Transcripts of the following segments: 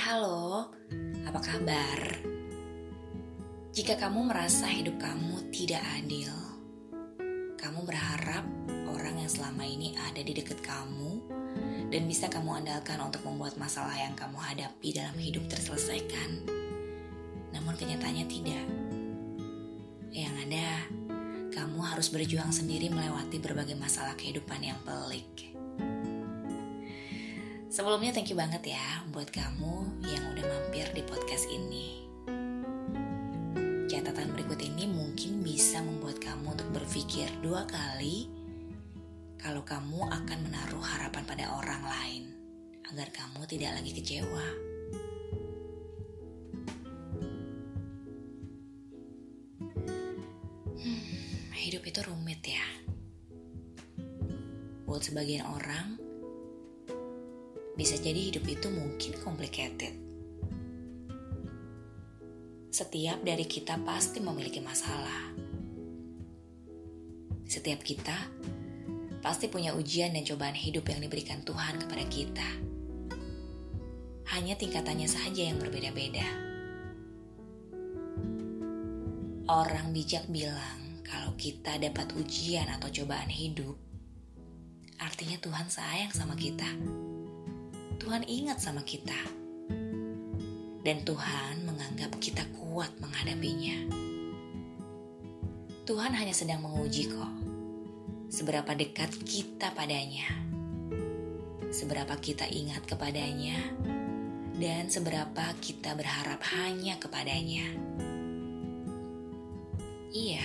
Halo, apa kabar? Jika kamu merasa hidup kamu tidak adil, kamu berharap orang yang selama ini ada di dekat kamu dan bisa kamu andalkan untuk membuat masalah yang kamu hadapi dalam hidup terselesaikan. Namun kenyataannya tidak. Yang ada, kamu harus berjuang sendiri melewati berbagai masalah kehidupan yang pelik. Sebelumnya thank you banget ya buat kamu yang udah mampir di podcast ini. Catatan berikut ini mungkin bisa membuat kamu untuk berpikir 2 kali kalau kamu akan menaruh harapan pada orang lain agar kamu tidak lagi kecewa. Hidup itu rumit ya. Buat sebagian orang, bisa jadi hidup itu mungkin complicated. Setiap dari kita pasti memiliki masalah. Setiap kita pasti punya ujian dan cobaan hidup yang diberikan Tuhan kepada kita. Hanya tingkatannya saja yang berbeda-beda. Orang bijak bilang kalau kita dapat ujian atau cobaan hidup, artinya Tuhan sayang sama kita. Tuhan ingat sama kita. Dan Tuhan menganggap kita kuat menghadapinya. Tuhan hanya sedang menguji kok. Seberapa dekat kita padanya. Seberapa kita ingat kepadanya. Dan seberapa kita berharap hanya kepadanya. Iya.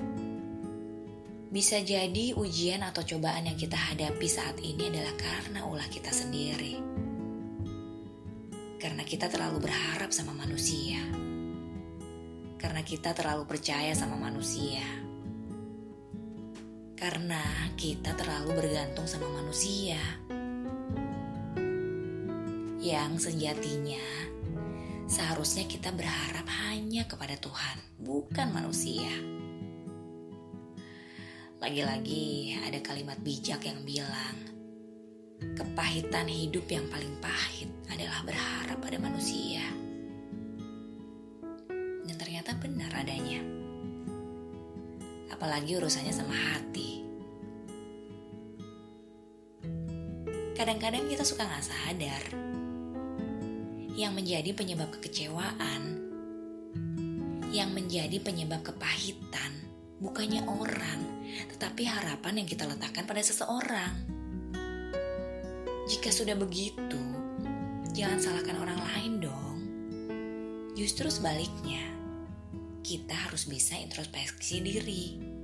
Bisa jadi ujian atau cobaan yang kita hadapi saat ini adalah karena ulah kita sendiri. Karena kita terlalu berharap sama manusia. Karena kita terlalu percaya sama manusia. Karena kita terlalu bergantung sama manusia. Yang sejatinya seharusnya kita berharap hanya kepada Tuhan, bukan manusia. Lagi-lagi ada kalimat bijak yang bilang, kepahitan hidup yang paling pahit adalah berharap pada manusia. Dan ternyata benar adanya. Apalagi urusannya sama hati. Kadang-kadang kita suka gak sadar. Yang menjadi penyebab kekecewaan, yang menjadi penyebab kepahitan, bukannya orang, tetapi harapan yang kita letakkan pada seseorang. Jika sudah begitu, jangan salahkan orang lain dong. Justru sebaliknya, kita harus bisa introspeksi diri.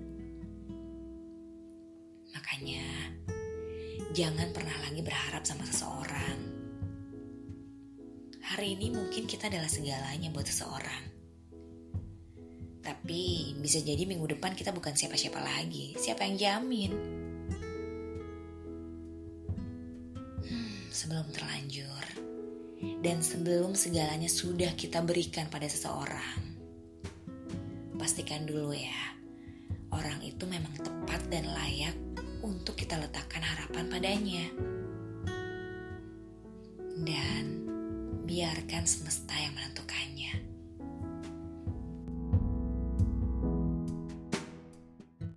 Makanya, jangan pernah lagi berharap sama seseorang. Hari ini mungkin kita adalah segalanya buat seseorang. Tapi bisa jadi minggu depan kita bukan siapa-siapa lagi. Siapa yang jamin? Sebelum terlanjur dan sebelum segalanya sudah kita berikan pada seseorang, pastikan dulu ya, orang itu memang tepat dan layak untuk kita letakkan harapan padanya. Dan biarkan semesta yang menentukannya.